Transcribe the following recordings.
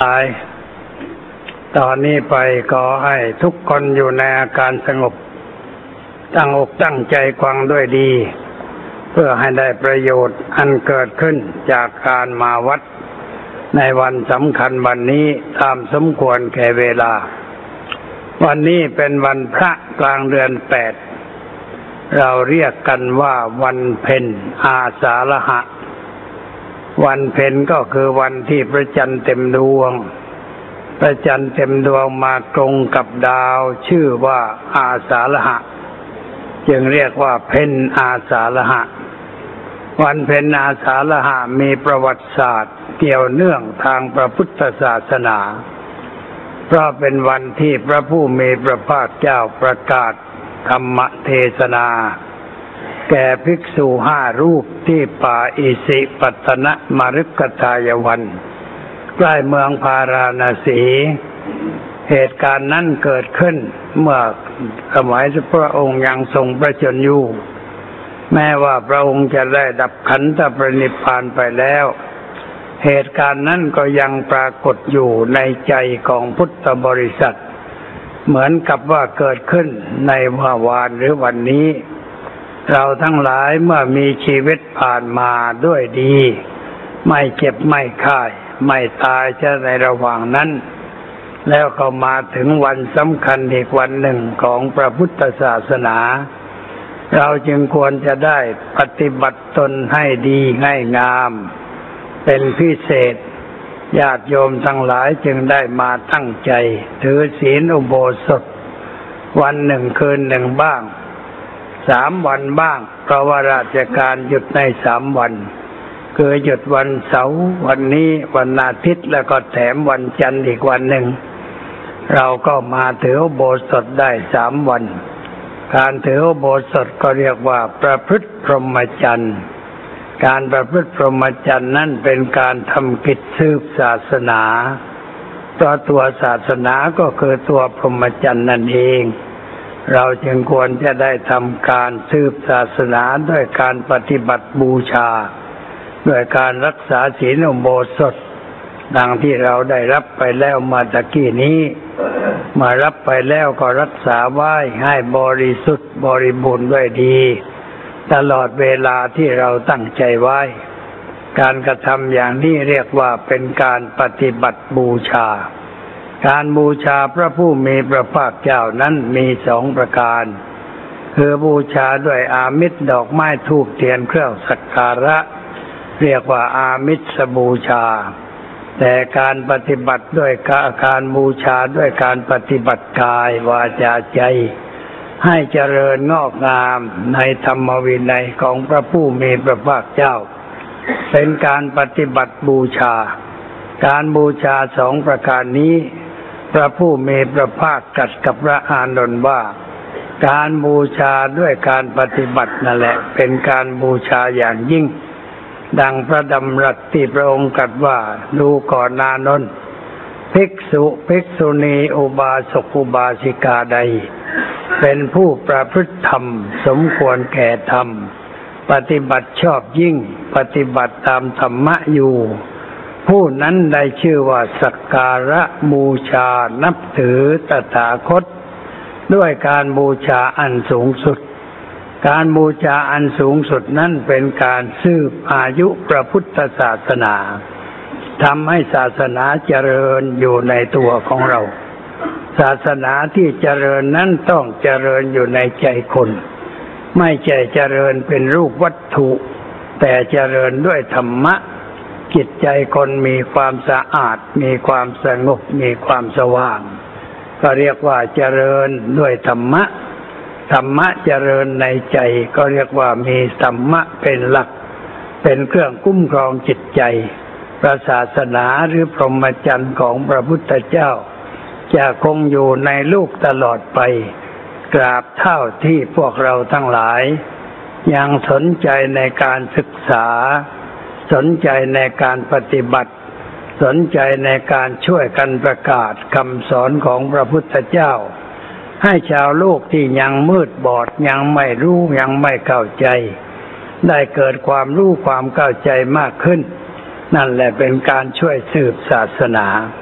ตอนนี้ไปขอให้ทุกคนอยู่ในอาการสงบตั้งอกตั้งใจฟังด้วยดีเพื่อให้ได้ประโยชน์อันเกิดขึ้นจากการมาวัดในวันสำคัญวันนี้ตามสมควรแก่เวลาวันนี้เป็นวันพระกลางเดือน8เราเรียกกันว่าวันเพ็ญอาสาฬหะวันเพ็ญก็คือวันที่พระจันทร์เต็มดวงพระจันทร์เต็มดวงมาตรงกับดาวชื่อว่าอาสาฬหะจึงเรียกว่าเพ็ญอาสาฬหะวันเพ็ญอาสาฬหะมีประวัติศาสตร์เกี่ยวเนื่องทางพระพุทธศาสนาเพราะเป็นวันที่พระผู้มีพระภาคเจ้าประกาศธรรมเทศนาแก่ภิกษุ5 รูปที่ป่าอิสิปตนมฤคทายวันใกล้เมืองพาราณสีเหตุการณ์นั้นเกิดขึ้นเมื่อสมัยพระองค์ยังทรงพระชนม์อยู่แม้ว่าพระองค์จะได้ดับขันธปรินิพพานไปแล้วเหตุการณ์นั้นก็ยังปรากฏอยู่ในใจของพุทธบริษัทเหมือนกับว่าเกิดขึ้นในเมื่อวานหรือวันนี้เราทั้งหลายเมื่อมีชีวิตผ่านมาด้วยดีไม่เจ็บไม่ไข้ไม่ตายจะในระหว่างนั้นแล้วก็มาถึงวันสำคัญอีกวันหนึ่งของพระพุทธศาสนาเราจึงควรจะได้ปฏิบัติตนให้ดีให้งามเป็นพิเศษญาติโยมทั้งหลายจึงได้มาตั้งใจถือศีลอุโบสถวันหนึ่งคืนหนึ่งบ้าง3 วันบ้างเพราะว่าราชการหยุดใน3 วันคือหยุดวันเสาร์วันนี้วันอาทิตย์แล้วก็แถมวันจันทร์อีกวันหนึ่งเราก็มาถืออุโบสถได้3 วันการถืออุโบสถก็เรียกว่าประพฤติพรหมจรรย์การประพฤติพรหมจรรย์นั้นเป็นการทำกิจสืบศาสนาเพราะตัวศาสนาก็คือตัวพรหมจรรย์นั่นเองเราจึงควรจะได้ทำการสืบศาสนาด้วยการปฏิบัติบูชาด้วยการรักษาศีลอุโบสถดังที่เราได้รับไปแล้วมาตะกี้นี้มารับไปแล้วก็รักษาไว้ให้บริสุทธิ์บริบูรณ์ด้วยดีตลอดเวลาที่เราตั้งใจไว้การกระทำอย่างนี้เรียกว่าเป็นการปฏิบัติบูชาการบูชาพระผู้มีพระภาคเจ้านั้นมี2 ประการคือบูชาด้วยอามิสดอกไม้ธูปเทียนเครื่องสักการะเรียกว่าอามิสบูชาแต่การปฏิบัติด้วยการบูชาด้วยการปฏิบัติกายวาจาใจให้เจริญงอกงามในธรรมวินัยของพระผู้มีพระภาคเจ้าเป็นการปฏิบัติบูชาการบูชา2 ประการนี้พระผู้มีพระภาคตรัสกับพระอานนท์ว่าการบูชาด้วยการปฏิบัตินั่นแหละเป็นการบูชาอย่างยิ่งดังพระดำรัสที่พระองค์ตรัสว่าดูก่อนอานนท์ภิกษุภิกษุณีอุบาสกอุบาสิกาใดเป็นผู้ประพฤติธรรมสมควรแก่ธรรมปฏิบัติชอบยิ่งปฏิบัติตามธรรมะอยู่ผู้นั้นได้ชื่อว่าสักการะบูชานับถือตถาคตด้วยการบูชาอันสูงสุดการบูชาอันสูงสุดนั้นเป็นการสืบอายุพระพุทธศาสนาทำให้ศาสนาเจริญอยู่ในตัวของเราศาสนาที่เจริญนั้นต้องเจริญอยู่ในใจคนไม่ใช่เจริญเป็นรูปวัตถุแต่เจริญด้วยธรรมะจิตใจคนมีความสะอาดมีความสงบมีความสว่างก็เรียกว่าเจริญด้วยธรรมะธรรมะเจริญในใจก็เรียกว่ามีธรรมะเป็นหลักเป็นเครื่องคุ้มครองจิตใจพระศาสนาหรือพรหมจรรย์ของพระพุทธเจ้าจะคงอยู่ในโลกตลอดไปตราบเท่าที่พวกเราทั้งหลายยังสนใจในการศึกษาสนใจในการปฏิบัติสนใจในการช่วยกันประกาศคำสอนของพระพุทธเจ้าให้ชาวโลกที่ยังมืดบอดยังไม่รู้ยังไม่เข้าใจได้เกิดความรู้ความเข้าใจมากขึ้นนั่นแหละเป็นการช่วยสืบศาสนา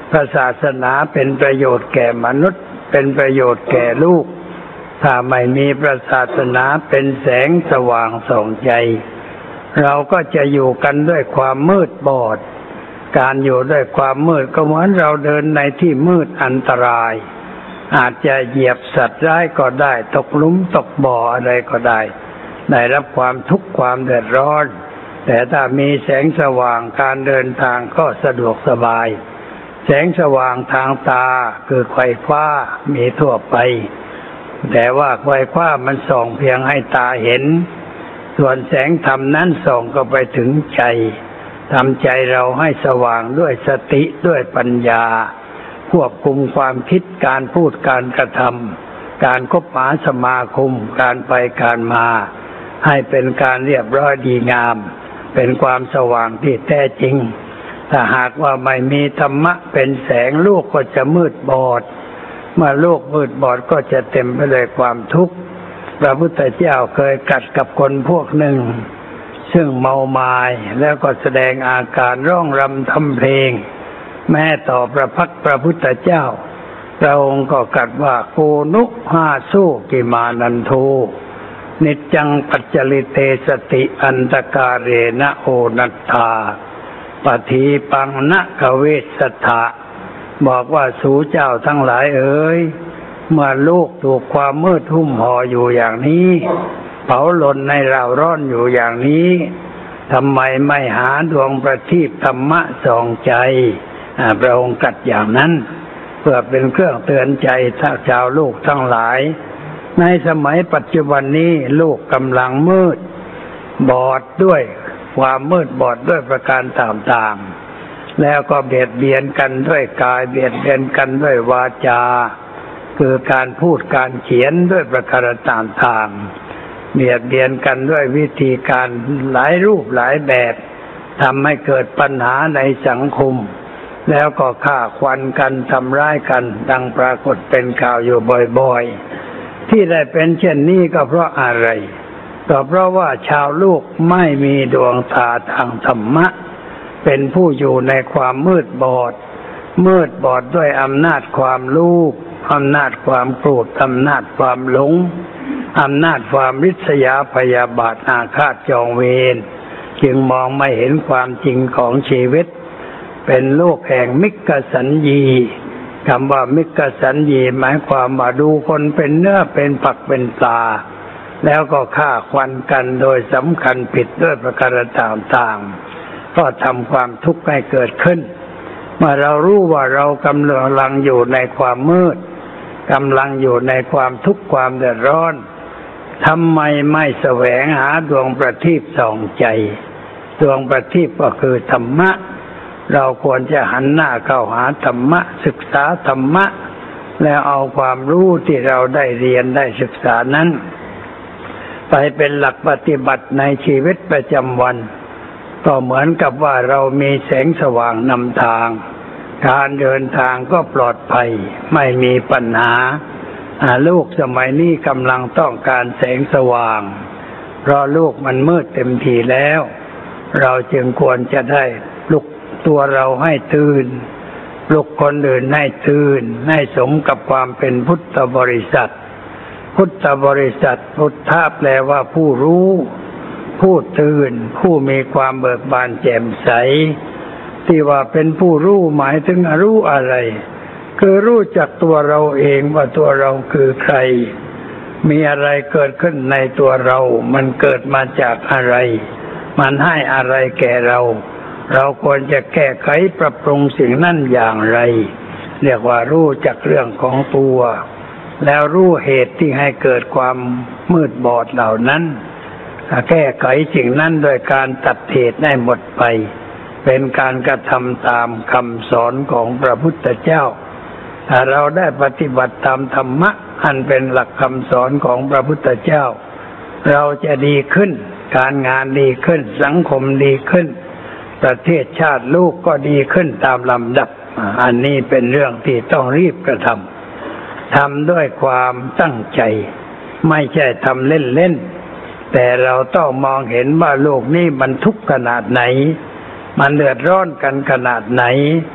พระศาสนาเป็นประโยชน์แก่มนุษย์เป็นประโยชน์แก่ลูกถ้าไม่มีพระศาสนาเป็นแสงสว่างส่องใจเราก็จะอยู่กันด้วยความมืดบอดการอยู่ด้วยความมืดก็เหมือนเราเดินในที่มืดอันตรายอาจจะเหยียบสัตว์ร้ายก็ได้ตกหลุมตกบ่ออะไรก็ได้รับความทุกข์ความเดือดร้อนแต่ถ้ามีแสงสว่างการเดินทางก็สะดวกสบายแสงสว่างทางตาคือไฟฟ้ามีทั่วไปแต่ว่าไฟฟ้ามันส่องเพียงให้ตาเห็นส่วนแสงธรรมนั้นส่องก็ไปถึงใจทำใจเราให้สว่างด้วยสติด้วยปัญญาควบคุมความคิดการพูดการกระทำการคบหาสมาคมการไปการมาให้เป็นการเรียบร้อยดีงามเป็นความสว่างที่แท้จริงถ้าหากว่าไม่มีธรรมะเป็นแสงโลกก็จะมืดบอดเมื่อโลกมืดบอดก็จะเต็มไปด้วยความทุกข์พระพุทธเจ้าเคยกัดกับคนพวกหนึ่งซึ่งเมามายแล้วก็แสดงอาการร้องรำทำเพลงแม้ต่อพระพักตร์พระพุทธเจ้าพระองค์ก็กัดว่าโกนุหาสู้กิมานันโทนิจจังปัจจลิเตสติอันตกาเรนะโอนัตถาปฏิปังนะกเวสัทธะบอกว่าสู่เจ้าทั้งหลายเอ๋ยเมื่อโลกถูกความมืดหุ้มห่ออยู่อย่างนี้เผาลนในเราร้อนอยู่อย่างนี้ทำไมไม่หาดวงประทีปธรรมะส่องใจพระองค์กัดอย่างนั้นเพื่อเป็นเครื่องเตือนใจชาวโลกทั้งหลายในสมัยปัจจุบันนี้โลกกำลังมืดบอดด้วยความมืดบอดด้วยประการต่างๆแล้วก็เบียดเบียนกันด้วยกายเบียดเบียนกันด้วยวาจาคือการพูดการเขียนด้วยประการต่างๆเบียดเบียนกันด้วยวิธีการหลายรูปหลายแบบทำให้เกิดปัญหาในสังคมแล้วก็ฆ่าควันกันทำร้ายกันดังปรากฏเป็นข่าวอยู่บ่อยๆที่ได้เป็นเช่นนี้ก็เพราะอะไรก็เพราะว่าชาวโลกไม่มีดวงตาทางธรรมะเป็นผู้อยู่ในความมืดบอดด้วยอำนาจความโลภอำนาจความโกรธอำนาจความหลงอำนาจความริษยาพยาบาทอาฆาตจองเวรจึงมองไม่เห็นความจริงของชีวิตเป็นโลกแห่งมิกสัญญีคำว่ามิกสัญญีหมายความว่าดูคนเป็นเนื้อเป็นผักเป็นปลาแล้วก็ฆ่าควันกันโดยสำคัญผิดด้วยประการต่างๆก็ทำความทุกข์ให้เกิดขึ้นเมื่อเรารู้ว่าเรากำลังอยู่ในความมืดกำลังอยู่ในความทุกข์ความเดือดร้อนทำไมไม่แสวงหาดวงประทีปส่องใจดวงประทีปก็คือธรรมะเราควรจะหันหน้าเข้าหาธรรมะศึกษาธรรมะแล้วเอาความรู้ที่เราได้เรียนได้ศึกษานั้นไปเป็นหลักปฏิบัติในชีวิตประจำวันก็เหมือนกับว่าเรามีแสงสว่างนำทางการเดินทางก็ปลอดภัยไม่มีปัญหาโลกสมัยนี้กำลังต้องการแสงสว่างเพราะโลกมันมืดเต็มทีแล้วเราจึงควรจะได้ปลุกตัวเราให้ตื่นปลุกคนอื่นให้ตื่นให้สมกับความเป็นพุทธบริษัทพุทธบริษัทพุทธะแปลว่าผู้รู้ผู้ตื่นผู้มีความเบิกบานแจ่มใสที่ว่าเป็นผู้รู้หมายถึงรู้อะไรคือรู้จักตัวเราเองว่าตัวเราคือใครมีอะไรเกิดขึ้นในตัวเรามันเกิดมาจากอะไรมันให้อะไรแก่เราเราควรจะแก้ไขปรับปรุงสิ่งนั้นอย่างไรเรียกว่ารู้จักเรื่องของตัวแล้วรู้เหตุที่ให้เกิดความมืดบอดเหล่านั้นแก้ไขสิ่งนั้นโดยการตัดเหตุให้หมดไปเป็นการกระทำตามคำสอนของพระพุทธเจ้าถ้าเราได้ปฏิบัติตามธรรมะอันเป็นหลักคำสอนของพระพุทธเจ้าเราจะดีขึ้นการงานดีขึ้นสังคมดีขึ้นประเทศชาติลูกก็ดีขึ้นตามลำดับอันนี้เป็นเรื่องที่ต้องรีบกระทำด้วยความตั้งใจไม่ใช่ทำเล่นๆแต่เราต้องมองเห็นว่าโลกนี้มันทุกข์ขนาดไหนมันเดือดร้อนกันขนาดไหน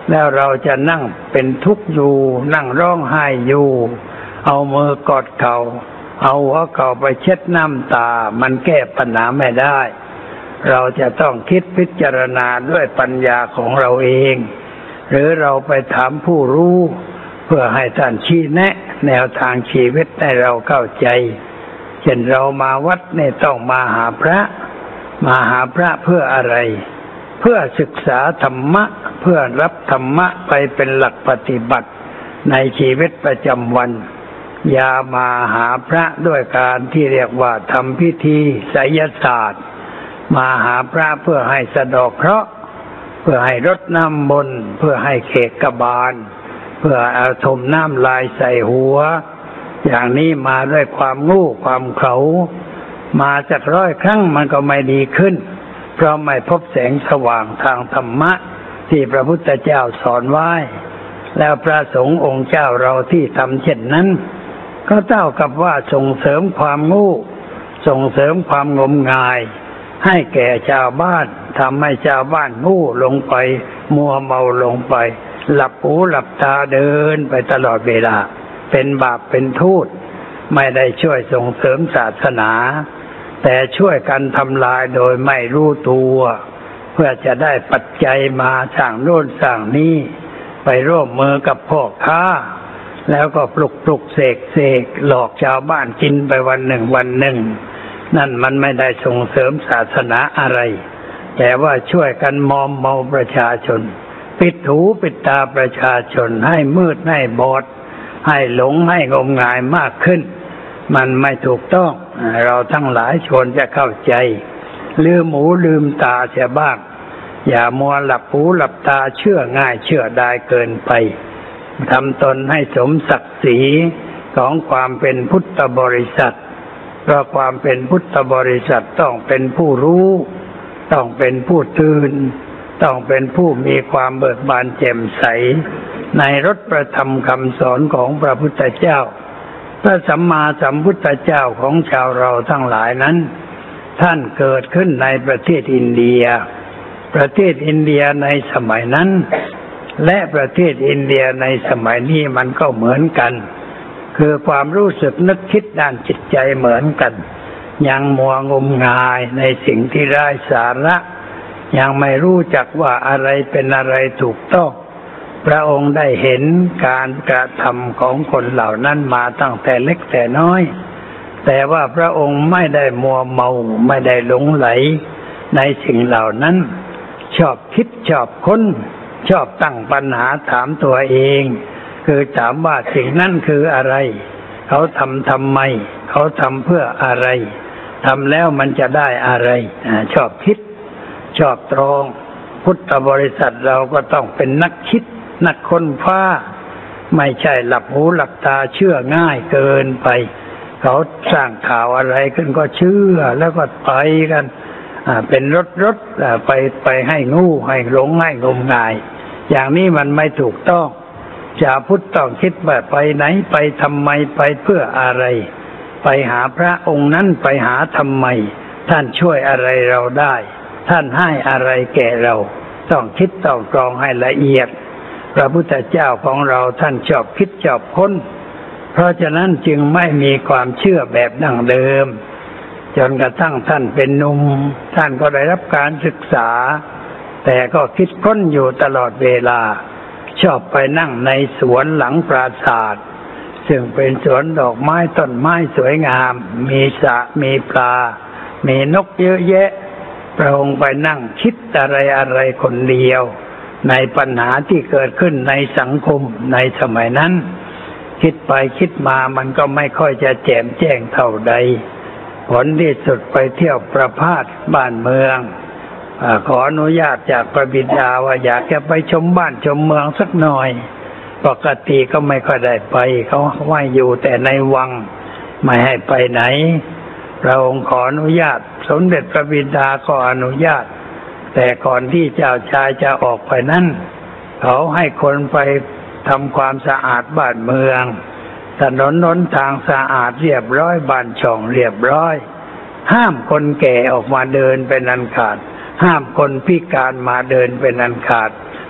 แล้วเราจะนั่งเป็นทุกข์อยู่นั่งร้องไห้อยู่เอามือกอดเข่าเอาหัวเข่าไปเช็ดน้ำตามันแก้ปัญหาไม่ได้เราจะต้องคิดพิจารณาด้วยปัญญาของเราเองหรือเราไปถามผู้รู้เพื่อให้ท่านชี้แนะแนวทางชีวิตให้เราเข้าใจเช่นเรามาวัดเนี่ยต้องมาหาพระเพื่ออะไรเพื่อศึกษาธรรมะเพื่อรับธรรมะไปเป็นหลักปฏิบัติในชีวิตประจำวันอย่ามาหาพระด้วยการที่เรียกว่าทำพิธีไสยศาสตร์มาหาพระเพื่อให้สะเดาะเคราะห์เพื่อให้รดน้ำมนต์เพื่อให้เขกบาลเพื่อเอาถมน้ำลายใส่หัวอย่างนี้มาด้วยความโง่ความเขลามาจาก100 ครั้งมันก็ไม่ดีขึ้นเพราะไม่พบแสงสว่างทางธรรมะที่พระพุทธเจ้าสอนไว้แล้วพระสงฆ์องค์เจ้าเราที่ทำเช่นนั้นก็เท่ากับว่าส่งเสริมความโง่ส่งเสริมความงมงายให้แก่ชาวบ้านทำให้ชาวบ้านโง่ลงไปมัวเมาลงไปหลับหูหลับตาเดินไปตลอดเวลาเป็นบาปเป็นโทษไม่ได้ช่วยส่งเสริมศาสนาแต่ช่วยกันทำลายโดยไม่รู้ตัวเพื่อจะได้ปัจจัยมาสร้างโน่นสร้างนี้ไปร่วมมือกับพ่อค้าแล้วก็ปลุกเสกหลอกชาวบ้านกินไปวันหนึ่งนั่นมันไม่ได้ส่งเสริมศาสนาอะไรแต่ว่าช่วยกันมอมเมาประชาชนปิดหูปิดตาประชาชนให้มืดให้บอดให้หลงให้งมงายมากขึ้นมันไม่ถูกต้องเราทั้งหลายควรจะเข้าใจลืมหูลืมตาเสียบ้างอย่ามัวหลับหูหลับตาเชื่อง่ายเชื่อได้เกินไปทำตนให้สมศักดิ์ศรีของความเป็นพุทธบริษัทเพราะความเป็นพุทธบริษัทต้องเป็นผู้รู้ต้องเป็นผู้ตื่นต้องเป็นผู้มีความเบิกบานแจ่มใสในรสประธรรมคำสอนของพระพุทธเจ้าพระสัมมาสัมพุทธเจ้าของชาวเราทั้งหลายนั้นท่านเกิดขึ้นในประเทศอินเดียในสมัยนั้นและประเทศอินเดียในสมัยนี้มันก็เหมือนกันคือความรู้สึกนึกคิดด้านจิตใจเหมือนกันยังมัวงมงายในสิ่งที่ไร้สาระยังไม่รู้จักว่าอะไรเป็นอะไรถูกต้องพระองค์ได้เห็นการกระทำของคนเหล่านั้นมาตั้งแต่เล็กแต่น้อยแต่ว่าพระองค์ไม่ได้มัวเมาไม่ได้หลงไหลในสิ่งเหล่านั้นชอบคิดชอบค้นชอบตั้งปัญหาถามตัวเองคือถามว่าสิ่งนั้นคืออะไรเขาทำทำไมเขาทำเพื่ออะไรทำแล้วมันจะได้อะไรชอบคิดชอบตรองพุทธบริษัทเราก็ต้องเป็นนักคิดนักค้นคว้าไม่ใช่หลับหูหลับตาเชื่อง่ายเกินไปเขาสร้างข่าวอะไรขึ้นก็เชื่อแล้วก็ไปกันเป็นรถไปให้งูให้หลงให้งมงายอย่างนี้มันไม่ถูกต้องชาวพุทธต้องคิดว่าไปไหนไปทำไมไปเพื่ออะไรไปหาพระองค์นั้นไปหาทำไมท่านช่วยอะไรเราได้ท่านให้อะไรแก่เราต้องคิดต้องกรองให้ละเอียดพระพุทธเจ้าของเราท่านชอบคิดชอบค้นเพราะฉะนั้นจึงไม่มีความเชื่อแบบดั้งเดิมจนกระทั่งท่านเป็นหนุ่มท่านก็ได้รับการศึกษาแต่ก็คิดค้นอยู่ตลอดเวลาชอบไปนั่งในสวนหลังปราสาทซึ่งเป็นสวนดอกไม้ต้นไม้สวยงามมีสระมีปลามีนกเยอะแยะพระองค์ไปนั่งคิดอะไรคนเดียวในปัญหาที่เกิดขึ้นในสังคมในสมัยนั้นคิดไปคิดมามันก็ไม่ค่อยจะแจ่มแจ้งเท่าใดผลที่สุดไปเที่ยวประพาสบ้านเมืองขออนุญาตจากพระบิดาว่าอยากจะไปชมบ้านชมเมืองสักหน่อยปกติก็ไม่ค่อยได้ไปเขาว่าอยู่แต่ในวังไม่ให้ไปไหนพระองค์ขออนุญาตสมเด็จพระบิดาก็อนุญาตแต่ก่อนที่เจ้าชายจะออกไปนั้นเขาให้คนไปทำความสะอาดบ้านเมืองถนนหนทางสะอาดเรียบร้อยบ้านช่องเรียบร้อยห้ามคนแก่ออกมาเดินเป็นอันขาดห้ามคนพิการมาเดินเป็นอันขาด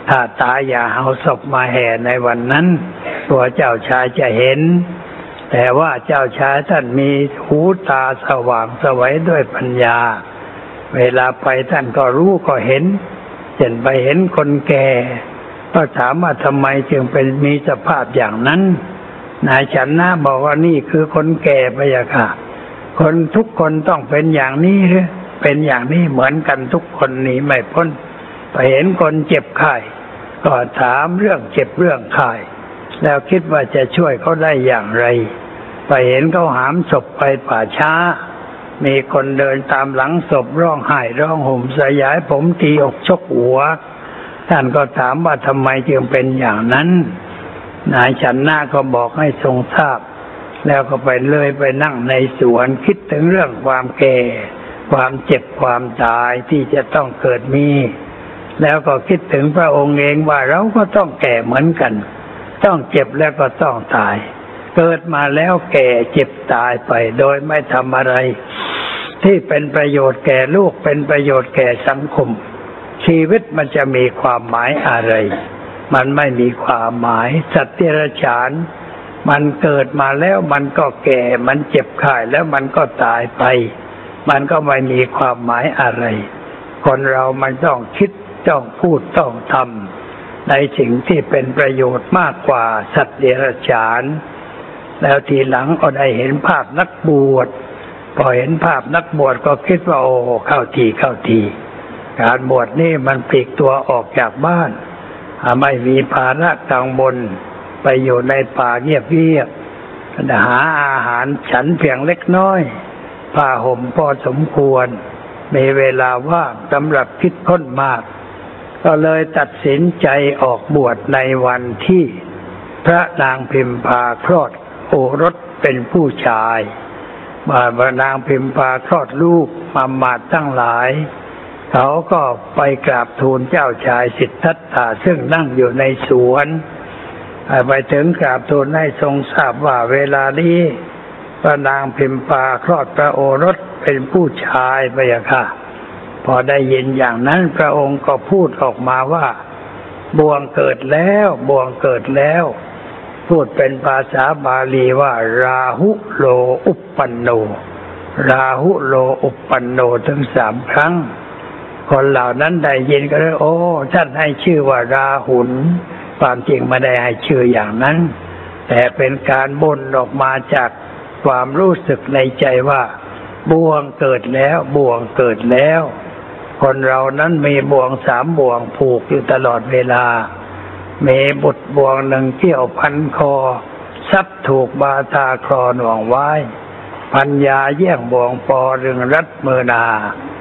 ถ้าตายอย่าเอาศพมาแห่ในวันนั้นตัวเจ้าชายจะเห็นแต่ว่าเจ้าชายท่านมีหูตาสว่างไสวด้วยปัญญาเวลาไปท่านก็รู้ก็เห็นเช่นไปเห็นคนแก่ก็ถามว่าทำไมจึงเป็นมีสภาพอย่างนั้นนายฉันนะบอกว่านี่คือคนแก่พะยะค่ะคนทุกคนต้องเป็นอย่างนี้หรือเป็นอย่างนี้เหมือนกันทุกคนหนีไม่พ้นไปเห็นคนเจ็บไข้ก็ถามเรื่องเจ็บเรื่องไข้แล้วคิดว่าจะช่วยเขาได้อย่างไรไปเห็นเขาหามศพไปป่าช้ามีคนเดินตามหลังศพร้องไห้ร้องห่มสยายผมตีอกชกหัวท่านก็ถามว่าทำไมจึงเป็นอย่างนั้นนายฉันนาก็บอกให้ทรงทราบแล้วก็ไปนั่งในสวนคิดถึงเรื่องความแก่ความเจ็บความตายที่จะต้องเกิดมีแล้วก็คิดถึงพระองค์เองว่าเราก็ต้องแก่เหมือนกันต้องเจ็บแล้วก็ต้องตายเกิดมาแล้วแก่เจ็บตายไปโดยไม่ทำอะไรที่เป็นประโยชน์แก่ลูกเป็นประโยชน์แก่สังคมชีวิตมันจะมีความหมายอะไรมันไม่มีความหมายสัตว์เดรัจฉานมันเกิดมาแล้วมันก็แก่มันเจ็บไข้แล้วมันก็ตายไปมันก็ไม่มีความหมายอะไรคนเรามันต้องคิดต้องพูดต้องทำในสิ่งที่เป็นประโยชน์มากกว่าสัตว์เดรัจฉานแล้วทีหลังก็ได้เห็นภาพนักบวชพอเห็นภาพนักบวชก็คิดว่าโอ้เข้าทีการบวชนี่มันปลีกตัวออกจากบ้านไม่มีภาระกังวลไปอยู่ในป่าเงียบๆหาอาหารฉันเพียงเล็กน้อยผ้าห่มพอสมควรมีเวลาว่างสำหรับคิดค้นมากก็เลยตัดสินใจออกบวชในวันที่พระนางพิมพาคลอดโอรสเป็นผู้ชายนางพิมพาคลอดลูกมาทั้งหลายเขาก็ไปกราบทูลเจ้าชายสิทธัตถะซึ่งนั่งอยู่ในสวนไปถึงกราบทูลให้ทรงทราบว่าเวลานี้พระนางพิมพาคลอดพระโอรสเป็นผู้ชายพะยะค่ะพอได้ยินอย่างนั้นพระองค์ก็พูดออกมาว่าบ่วงเกิดแล้วบ่วงเกิดแล้วพูดเป็นภาษาบาลีว่าราหุโลอุปปันโนราหุโลอุปปันโนถึง3 ครั้งคนเหล่านั้นได้ยินก็เลยโอ้ท่านให้ชื่อว่าราหุลความจริงไม่ได้ให้ชื่ออย่างนั้นแต่เป็นการบ่นออกมาจากความรู้สึกในใจว่าบ่วงเกิดแล้วบ่วงเกิดแล้วคนเรานั้นมีบ่วง3 บ่วงผูกอยู่ตลอดเวลามีบุตรบ่วงหนึ่งเกี่ยวพันคอทรัพย์ถูกบาทาคลอหน่วงไว้ปัญญาแย่งบ่วงปอรึงรัดมือนา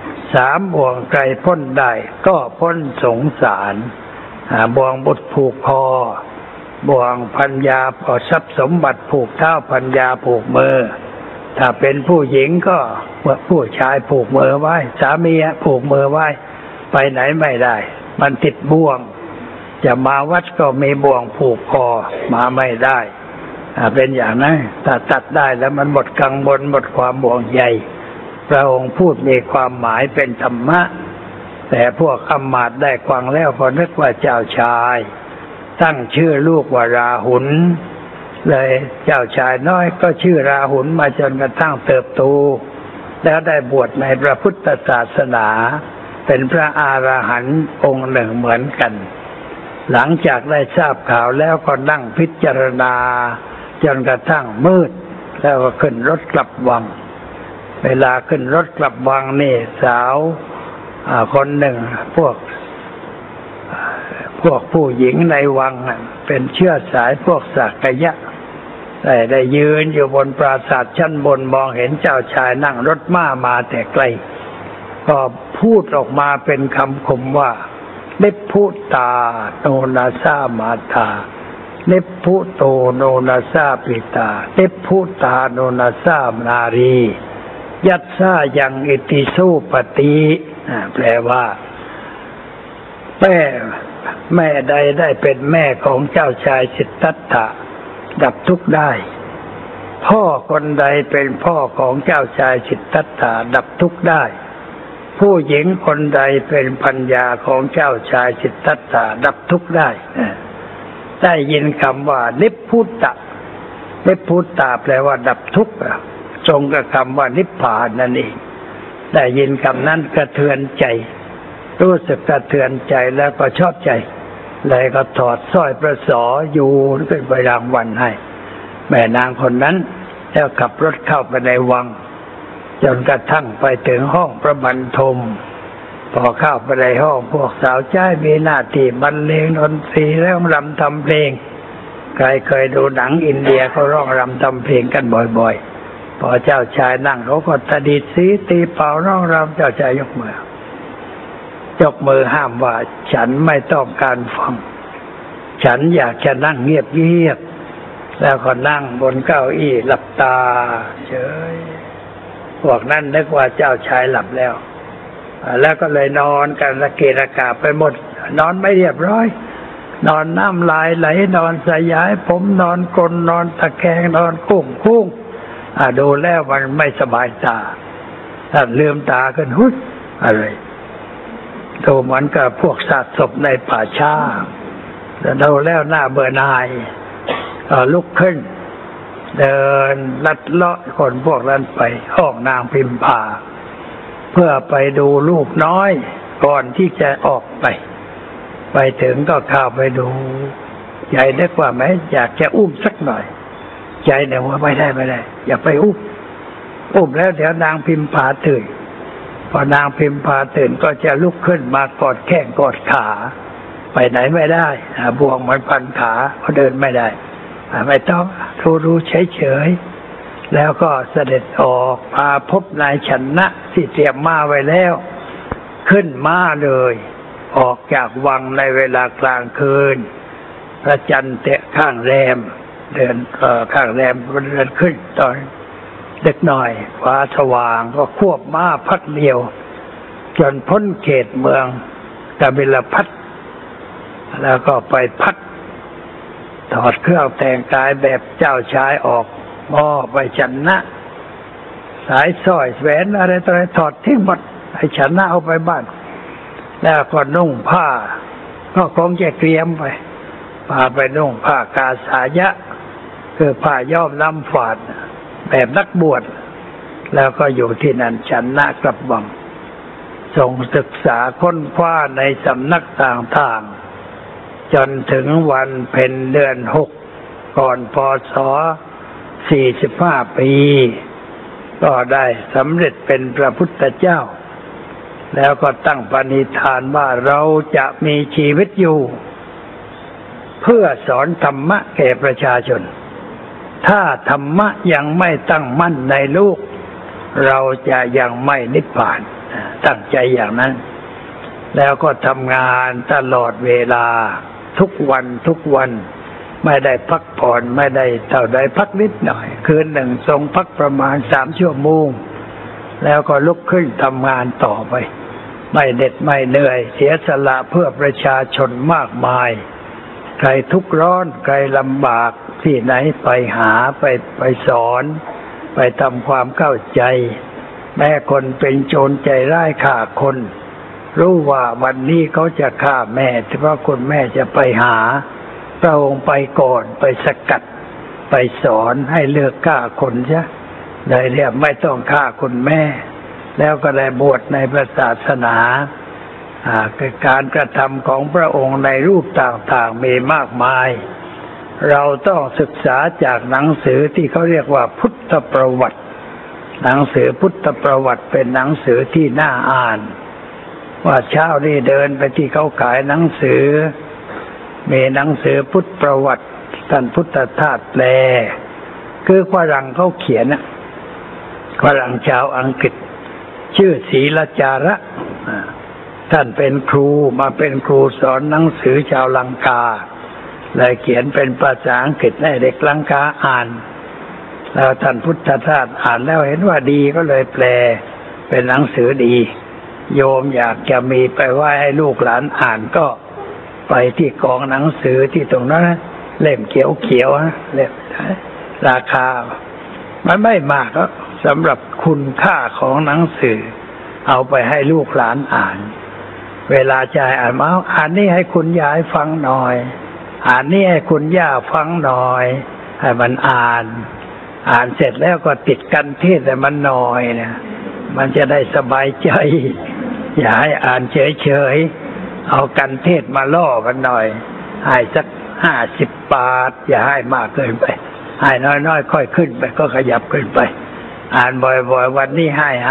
3 บ่วงไกลพ้นได้ก็พ้นสงสารบ่วงบุตรผูกคอบ่วงปัญญาพอทรัพย์สมบัติผูกเท้าปัญญาผูกมือถ้าเป็นผู้หญิงก็ผู้ชายผูกมือไว้สามีผูกมือไว้ไปไหนไม่ได้มันติดบ่วงจะมาวัดก็มีบ่วงผูกคอมาไม่ได้เป็นอย่างนั้นถ้าตัดได้แล้วมันหมดกังวลหมดความห่วงใยพระองค์พูดมีความหมายเป็นธรรมะแต่พวกอำมาตย์ได้ฟังแล้วก็นึกว่าเจ้าชายตั้งชื่อลูกว่าราหุลเลยเจ้าชายน้อยก็ชื่อราหุลมาจนกระทั่งเติบโตแล้วได้บวชในพระพุทธศาสนาเป็นพระอรหันต์องค์หนึ่งเหมือนกันหลังจากได้ทราบข่าวแล้วก็นั่งพิจารณาจนกระทั่งมืดแล้วก็ขึ้นรถกลับวังเวลาขึ้นรถกลับวังนี่สาวคนหนึ่งพวกผู้หญิงในวังเป็นเชื้อสายพวกสักยะได้ยืนอยู่บนปราสาทชั้นบนมองเห็นเจ้าชายนั่งรถม้ามาแต่ไกลก็พูดออกมาเป็นคำคมว่าเนปพุตาโนนาซามาตาเนปพุโตโนนาซาปิตาเนปพุตาโนนาซานารียัตสายังอิติสุปฏิแปลว่าแม่ใดได้เป็นแม่ของเจ้าชายสิทธัตถะดับทุกข์ได้พ่อคนใดเป็นพ่อของเจ้าชายสิทธัตถะดับทุกข์ได้ผู้หญิงคนใดเป็นปัญญาของเจ้าชายสิทธัตถะดับทุกข์ได้ยินคำว่านิพพุตตะนิพพุตตะแปลว่าดับทุกข์ตรงกับคำว่านิพพานนั่นเองได้ยินคำนั้นกระเทือนใจรู้สึกกระเทือนใจแล้วก็ชอบใจเลยก็ถอดสร้อยประสออยู่เป็นใบรางวัลให้แม่นางคนนั้นแล้วขับรถเข้าไปในวังจนกระทั่งไปถึงห้องพระบรรทมพอเข้าไปในห้องพวกสาวใช้มีหน้าที่บรรเลงดนตรีแล้วรำทำเพลงใครเคยดูหนังอินเดียเขาร้องรำทำเพลงกันบ่อยๆพอเจ้าชายนั่งเขาก็ตะดีดสีตีเป่าร้องรำเจ้าชายยกมือห้ามว่าฉันไม่ต้องการฟังฉันอยากจะนั่งเงียบๆแล้วก็นั่งบนเก้าอี้หลับตาเฉยพวกนั้นนึกว่าเจ้าชายหลับแล้วก็เลยนอนกันระเกะระกะไปหมดนอนไม่เรียบร้อยนอนน้ำลายไหลนอนสยายผมนอนกลนนอนตะแคงนอนกุ้งดูแล้วมันไม่สบายตาถ้าลืมตาขึ้นหุ้ยอะไรดูเหมือนกับพวกสัตว์ศพในป่าช้าแต่ดูแล้วหน้าเบื่อหน่ายลุกขึ้นเดินลัดเลาะคนพวกนั้นไปห้องนางพิมพาเพื่อไปดูลูกน้อยก่อนที่จะออกไปถึงก็เข้าไปดูใจนึกว่าไหมอยากจะอุ้มสักหน่อยใจเนี่ยว่าไม่ได้อย่าไปอุ้มแล้วเดี๋ยวนางพิมพาตื่นพอนางพิมพาตื่นก็จะลุกขึ้นมากอดแข้งกอดขาไปไหนไม่ได้บ่วงมันพันขาก็เดินไม่ได้ไม่ต้องรู้เฉยๆแล้วก็เสด็จออกมาพบนายชนะที่เตรียมม้าไว้แล้วขึ้นม้าเลยออกจากวังในเวลากลางคืนพระจันทร์เตะข้างแรมเดินข้างแรมเดินขึ้นตอนเด็กหน่อยฟ้าสว่างก็ควบม้าพัดเดียวจนพ้นเขตเมืองกบิลพัสแล้วก็ไปพักถอดเครื่องแต่งกายแบบเจ้าชายออกไปชนะสายสร้อยแหวนอะไรต่ออะไรถอดทิ้งหมดให้ชนะเอาไปบ้านแล้วก็นุ่งผ้าก็คงจะเตรียมไปพาไปนุ่งผ้ากาสายะคือผ้าย้อมล้ำฝาดแบบนักบวชแล้วก็อยู่ที่นั่นชนะกลับวังทรงศึกษาค้นคว้าในสำนักต่างๆจนถึงวันเพ็ญเดือน6ก่อนพ.ศ. 45 ปีก็ได้สำเร็จเป็นพระพุทธเจ้าแล้วก็ตั้งปณิธานว่าเราจะมีชีวิตอยู่เพื่อสอนธรรมะแก่ประชาชนถ้าธรรมะยังไม่ตั้งมั่นในลูกเราจะยังไม่นิพพานตั้งใจอย่างนั้นแล้วก็ทำงานตลอดเวลาทุกวันไม่ได้พักผ่อนไม่ได้เท่าใดพักนิดหน่อยคืนหนึ่งทรงพักประมาณ3 ชั่วโมงแล้วก็ลุกขึ้นทำงานต่อไปไม่เหน็ดไม่เหนื่อยเสียสละเพื่อประชาชนมากมายใครทุกข์ร้อนใครลำบากที่ไหนไปหาไปสอนไปทำความเข้าใจแม้คนเป็นโจรใจร้ายฆ่าคนรู้ว่าวันนี้เขาจะฆ่าแม่เพราะคนแม่จะไปหาพระองค์ไปก่อนไปสกัดไปสอนให้เลิกฆ่าคนใช่เลยเรียกไม่ต้องฆ่าคนแม่แล้วก็ได้บวชในพระศาสนาการกระทำของพระองค์ในรูปต่างๆมีมากมายเราต้องศึกษาจากหนังสือที่เขาเรียกว่าพุทธประวัติหนังสือพุทธประวัติเป็นหนังสือที่น่าอ่านว่าเช้านี้เดินไปที่เขาขายหนังสือมีหนังสือพุทธประวัติท่านพุทธทาสแปลคือฝรั่งเขาเขียนฝรั่งชาวอังกฤษชื่อศรีลจาระท่านเป็นครูมาเป็นครูสอนหนังสือชาวลังกาเลยเขียนเป็นภาษาอังกฤษให้เด็กลังกาอ่านแล้วท่านพุทธทาสอ่านแล้วเห็นว่าดีก็เลยแปลเป็นหนังสือดีโยมอยากจะมีไปไหว้ให้ลูกหลานอ่านก็ไปที่กองหนังสือที่ตรงนั้นเล่มเขียวๆเล่มราคามันไม่มากก็สำหรับคุณค่าของหนังสือเอาไปให้ลูกหลานอ่านเวลาจะอ่านมาอ่านนี่ให้คุณยายฟังหน่อยอ่านนี่ให้คุณย่าฟังหน่อยให้มันอ่านเสร็จแล้วก็ติดกันเทศแต่มันหน่อยนะมันจะได้สบายใจอย่าให้อ่านเฉยๆเอากันเทศมาล่อกันหน่อยให้สัก50 บาทอย่าให้มากเกินไปให้น้อยๆค่อยขึ้นไปก็ขยับขึ้นไปอ่านบ่อยๆวันนี้ให้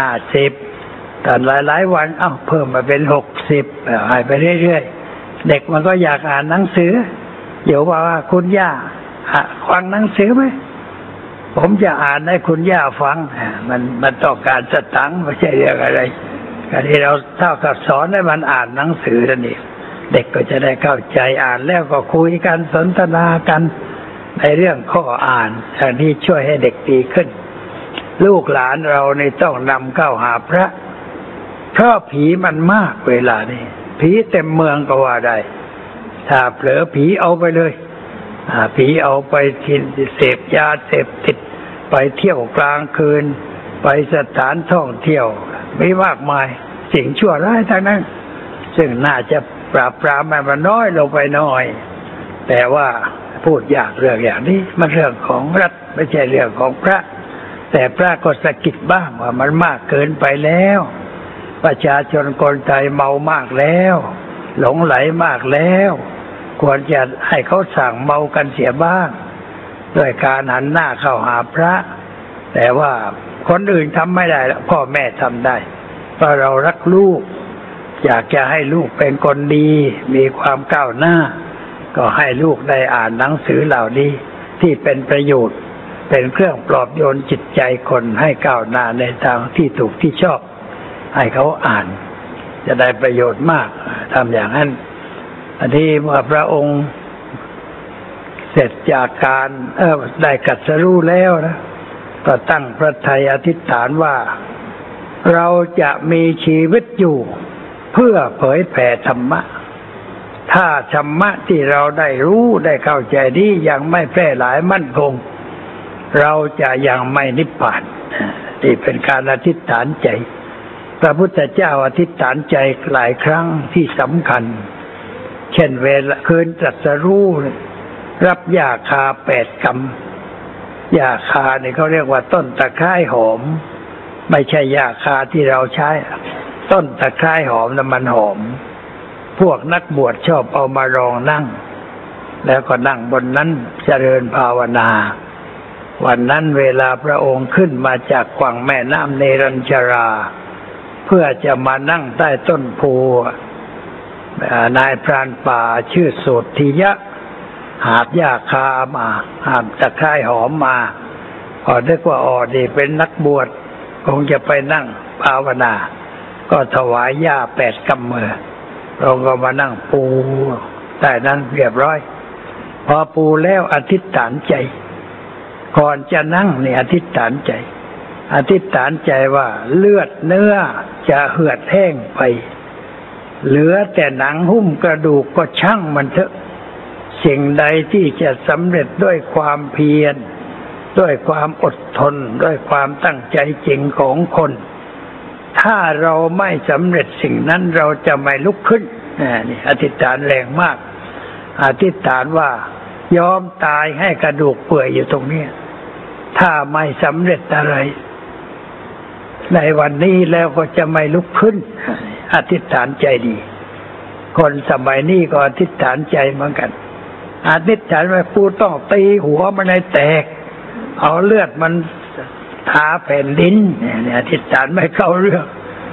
50แต่หลายๆวันเพิ่มมาเป็น60ให้ไปเรื่อยๆเด็กมันก็อยากอ่านหนังสือเดี๋ยวว่าคุณย่าฟังหนังสือไหมผมจะอ่านให้คุณย่าฟังมันต้องการสตังค์ไม่ใช่เรื่องอะไรการที่เราเท่ากับสอนให้มันอ่านหนังสือนั่นเองเด็กก็จะได้เข้าใจอ่านแล้วก็คุยกันสนทนากันในเรื่องข้ออ่านอันนี้ช่วยให้เด็กดีขึ้นลูกหลานเรานี่ต้องนำเข้าหาพระเพราะผีมันมากเวลานี้ผีเต็มเมืองก็ว่าได้ถ้าเผลอผีเอาไปเลยผีเอาไปเสพยาเสพติดไปเที่ยวกลางคืนไปสถานท่องเที่ยวไม่มากมายสิ่งชั่วร้ายทั้งนั้นซึ่งน่าจะปราบปรามมันน้อยลงไปหน่อยแต่ว่าพูดยากเรื่องอย่างนี้มันเรื่องของรัฐไม่ใช่เรื่องของพระแต่พระก็สะกิดบ้างว่ามันมากเกินไปแล้วประชาชนคนไทยเมามากแล้วหลงไหลมากแล้วควรจะให้เขาสั่งเมากันเสียบ้างด้วยการหันหน้าเข้าหาพระแต่ว่าคนอื่นทำไม่ได้แล้วพ่อแม่ทำได้เพราะเรารักลูกอยากจะให้ลูกเป็นคนดีมีความก้าวหน้าก็ให้ลูกได้อ่านหนังสือเหล่านี้ที่เป็นประโยชน์เป็นเครื่องปลอบโยนจิตใจคนให้ก้าวหน้าในทางที่ถูกที่ชอบให้เขาอ่านจะได้ประโยชน์มากทำอย่างนั้นอันนี้เมื่อพระองค์เสร็จจากการได้ตรัสรู้แล้วนะก็ตั้งพระทัยอธิษฐานว่าเราจะมีชีวิตอยู่เพื่อเผยแผ่ธรรมะถ้าธรรมะที่เราได้รู้ได้เข้าใจนี้ยังไม่แพร่หลายมั่นคงเราจะยังไม่นิพพานนี่เป็นการอธิษฐานใจพระพุทธเจ้าอธิษฐานใจหลายครั้งที่สำคัญเช่นเวลาคืนตรัสรู้รับยาคา8 กำยาคาเนี่ยเขาเรียกว่าต้นตะไคร้หอมไม่ใช่ยาคาที่เราใช้ต้นตะไคร้หอมน้ำมันหอมพวกนักบวชชอบเอามารองนั่งแล้วก็นั่งบนนั้นเจริญภาวนาวันนั้นเวลาพระองค์ขึ้นมาจากฝั่งแม่น้ำเนรัญชราเพื่อจะมานั่งใต้ต้นโพนายพรานป่าชื่อโสธิยะหาบหญ้าคามาหาบตะไคร้หอมมาพอนึกว่าดีเป็นนักบวชคงจะไปนั่งภาวนาก็ถวายหญ้า8 กำมือเราก็มานั่งปูแต่นั้นเรียบร้อยพอปูแล้วอธิษฐานใจก่อนจะนั่งนี่อธิษฐานใจอธิษฐานใจว่าเลือดเนื้อจะเหือดแห้งไปเหลือแต่หนังหุ้มกระดูกก็ช่างมันเถอะสิ่งใดที่จะสำเร็จด้วยความเพียรด้วยความอดทนด้วยความตั้งใจจริงของคนถ้าเราไม่สำเร็จสิ่งนั้นเราจะไม่ลุกขึ้นนี่อธิษฐานแรงมากอธิษฐานว่ายอมตายให้กระดูกเปื่อยอยู่ตรงนี้ถ้าไม่สำเร็จอะไรในวันนี้แล้วก็จะไม่ลุกขึ้นอธิษฐานใจดีคนสมัยนี้ก็อธิษฐานใจเหมือนกันอธิษฐานว่ากูต้องตีหัวมันให้แตกเอาเลือดมันทาแผ่นดินเนี่ยอธิษฐานไม่เข้าเรื่อง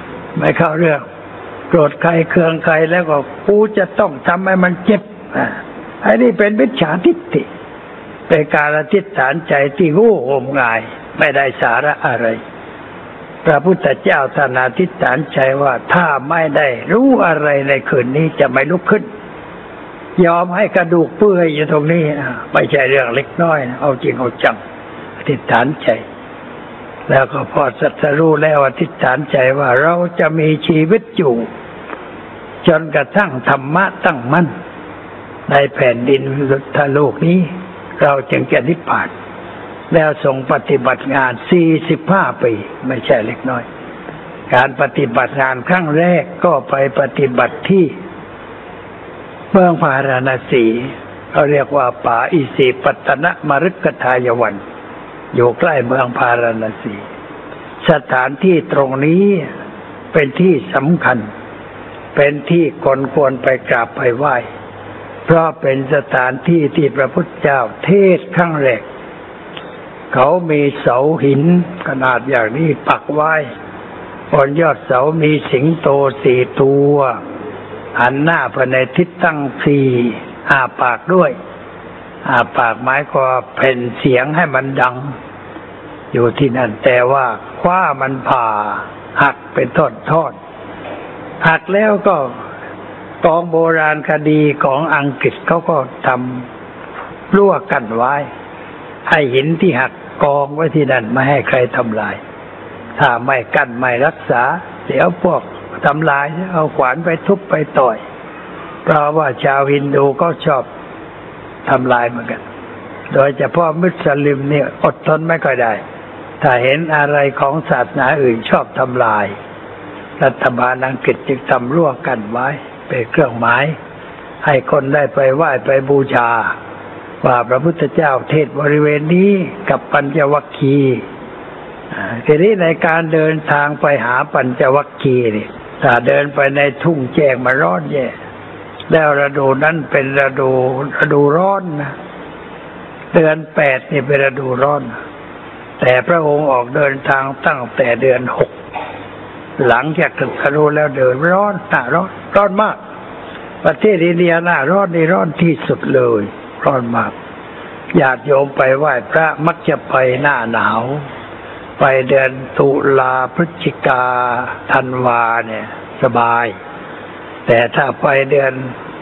โกรธใครเคืองใครแล้วก็กูจะต้องทำให้มันเจ็บไอ้นี่เป็นมิจฉาทิฏฐิเป็นการอธิษฐานใจที่โง่งมงายไม่ได้สาระอะไรพระพุทธเจ้าท่านอธิษฐานใจว่าถ้าไม่ได้รู้อะไรในคืนนี้จะไม่ลุกขึ้นยอมให้กระดูกเปื่อยอยู่ตรงนี้ไม่ใช่เรื่องเล็กน้อยนะเอาจริงเอาจังอธิษฐานใจแล้วก็พอสัตรู้แล้วอธิษฐานใจว่าเราจะมีชีวิตอยู่จนกระทั่งธรรมะตั้งมั่นในแผ่นดินทโลกนี้เราจึงจะนิพพานแล้วทรงปฏิบัติงาน45 ปีไม่ใช่เล็กน้อยการปฏิบัติงานครั้งแรกก็ไปปฏิบัติที่เมืองพาราณสีเขาเรียกว่าป่าอิสิปตนมฤคทายวันอยู่ใกล้เมืองพาราณสีสถานที่ตรงนี้เป็นที่สำคัญเป็นที่คนควรไปกราบไปไหว้เพราะเป็นสถานที่ที่พระพุทธเจ้าเทศน์ครั้งแรกเขามีเสาหินขนาดอย่างนี้ปักไว้บนยอดเสามีสิงโต4 ตัวหันหน้าไปในทิศตั้ง4อ้าปากด้วยอ้าปากหมายก็เพ่นเสียงให้มันดังอยู่ที่นั่นแต่ว่าคว้ามันผ่าหักเป็นทอดๆหักแล้วก็กองโบราณคดีของอังกฤษเขาก็ทำรั้วกั้นไว้ให้หินที่หักกองไว้ที่นั่นไม่ให้ใครทำลายถ้าไม่กั้นไม่รักษาเดี๋ยวพวกทำลายเอาขวานไปทุบไปต่อยเพราะว่าชาวฮินดูก็ชอบทำลายเหมือนกันโดยเฉพาะมุสลิมเนี่ยอดทนไม่ค่อยได้ถ้าเห็นอะไรของศาสนาอื่นชอบทำลายรัฐบาลอังกฤษจึงทำรั้วกั้นไว้เป็นเครื่องหมายให้คนได้ไปไหว้ไปบูชาว่าพระพุทธเจ้าเทศน์บริเวณนี้กับปัญจวัคคีย์ทีนี้ในการเดินทางไปหาปัญจวัคคีย์นี่ถ้าเดินไปในทุ่งแจ้งมาร้อนแย่แล้วฤดูนั้นเป็นฤดูร้อนนะเดือน8นี่เป็นฤดูร้อนแต่พระองค์ออกเดินทางตั้งแต่เดือน6หลังจากตรัสรู้แล้วเดินร้อนร้อนมากประเทศอินเดียหน้าร้อนนี่ร้อนที่สุดเลยร้อนมากญาติโยมไปไหว้พระมักจะไปหน้าหนาวไปเดือนตุลาพฤศจิกาธันวาเนี่ยสบายแต่ถ้าไปเดือน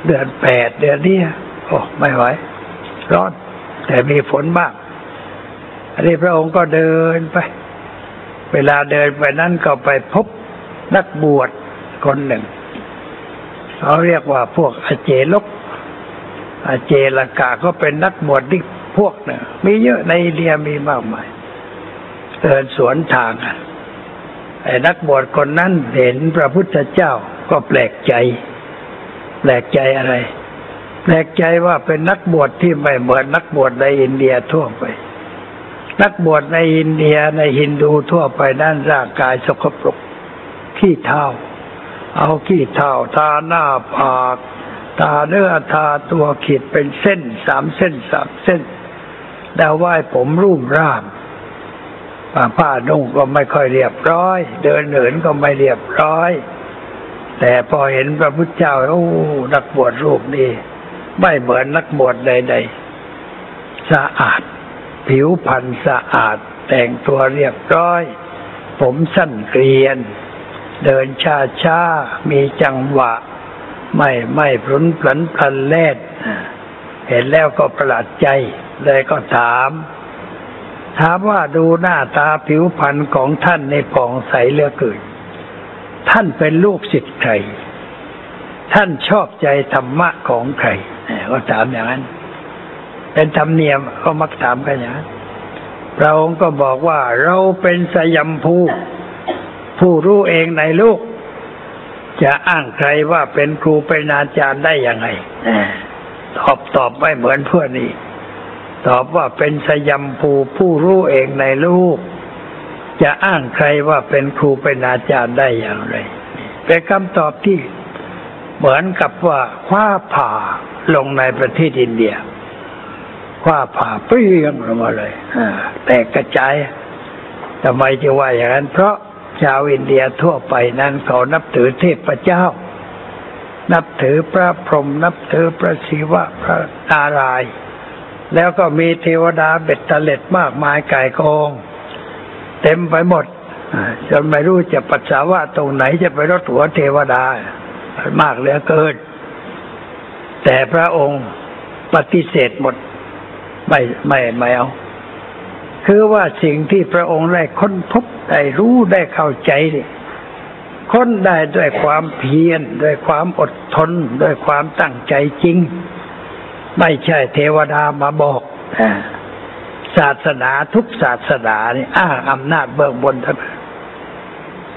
8เดือนนี้โอ้ไม่ไหวร้อนแต่มีฝนมากอันนี้พระองค์ก็เดินไปเวลาเดินไปนั้นก็ไปพบนักบวชคนหนึ่งเขาเรียกว่าพวกอเจลกอเจลกะก็เป็นนักบวชที่พวกหนึ่งมีเยอะในอินเดียมีมากมายเดินสวนทางไอ้นักบวชคนนั้นเห็นพระพุทธเจ้าก็แปลกใจอะไรแปลกใจว่าเป็นนักบวชที่ไม่เหมือนนักบวชในอินเดียทั่วไปนักบวชในอินเดียในฮินดูทั่วไปนั่นร่างกายสกปรกขี้เถ้าเอาขี้เถ้าทาหน้าผากทาเนื้อทาตัวขีดเป็นเส้น3 เส้นดาวไหว้ผมรุ่มร่ามผ้านุ่งก็ไม่ค่อยเรียบร้อยเดินเหินก็ไม่เรียบร้อยแต่พอเห็นพระพุทธเจ้าโอ้นักบวชรูปนี้ไม่เหมือนนักบวชใดๆสะอาดผิวพรรณสะอาดแต่งตัวเรียบร้อยผมสั้นเกรียนเดินช้ามีจังหวะไม่พลุนพลันพลันแล่นเห็นแล้วก็ประหลาดใจเลยก็ถามว่าดูหน้าตาผิวพรรณของท่านในผ่องใสเหลือเกินท่านเป็นลูกศิษย์ใครท่านชอบใจธรรมะของใครก็ถามอย่างนั้นเป็นธรรมเนียมเขามักถามกันอย่างนั้นพระองค์ก็บอกว่าเราเป็นสยัมภูผู้รู้เองในโลกจะอ้างใครว่าเป็นครูเป็นอาจารย์ได้ยังไงตอบไม่เหมือนเพื่อนนี่ตอบว่าเป็นสยัมภูผู้รู้เองในโลกจะอ้างใครว่าเป็นครูเป็นอาจารย์ได้อย่างไรเป็นคำตอบที่เหมือนกับว่าคว้าผ่าลงในประเทศอินเดียคว้าผ่าเปรี้ยงลงมาเลยแตกกระจายทำไมจะว่าอย่างนั้นเพราะชาวอินเดียทั่วไปนั้นเขานับถือเทพเจ้านับถือพระพรหมนับถือพระศิวะพระนารายณ์แล้วก็มีเทวดาเบ็ดเตล็ดมากมายก่ายกองเต็มไปหมดจนไม่รู้จะปัสสาวะตรงไหนจะไปรดหัวเทวดามากเหลือเกินแต่พระองค์ปฏิเสธหมดไม่เอาคือว่าสิ่งที่พระองค์ได้ค้นพบได้รู้ได้เข้าใจค้นได้ด้วยความเพียรด้วยความอดทนด้วยความตั้งใจจริงไม่ใช่เทวดามาบอกศาสนาทุกศาสนานี่อ้างอำนาจเบื้องบนทั้งนั้น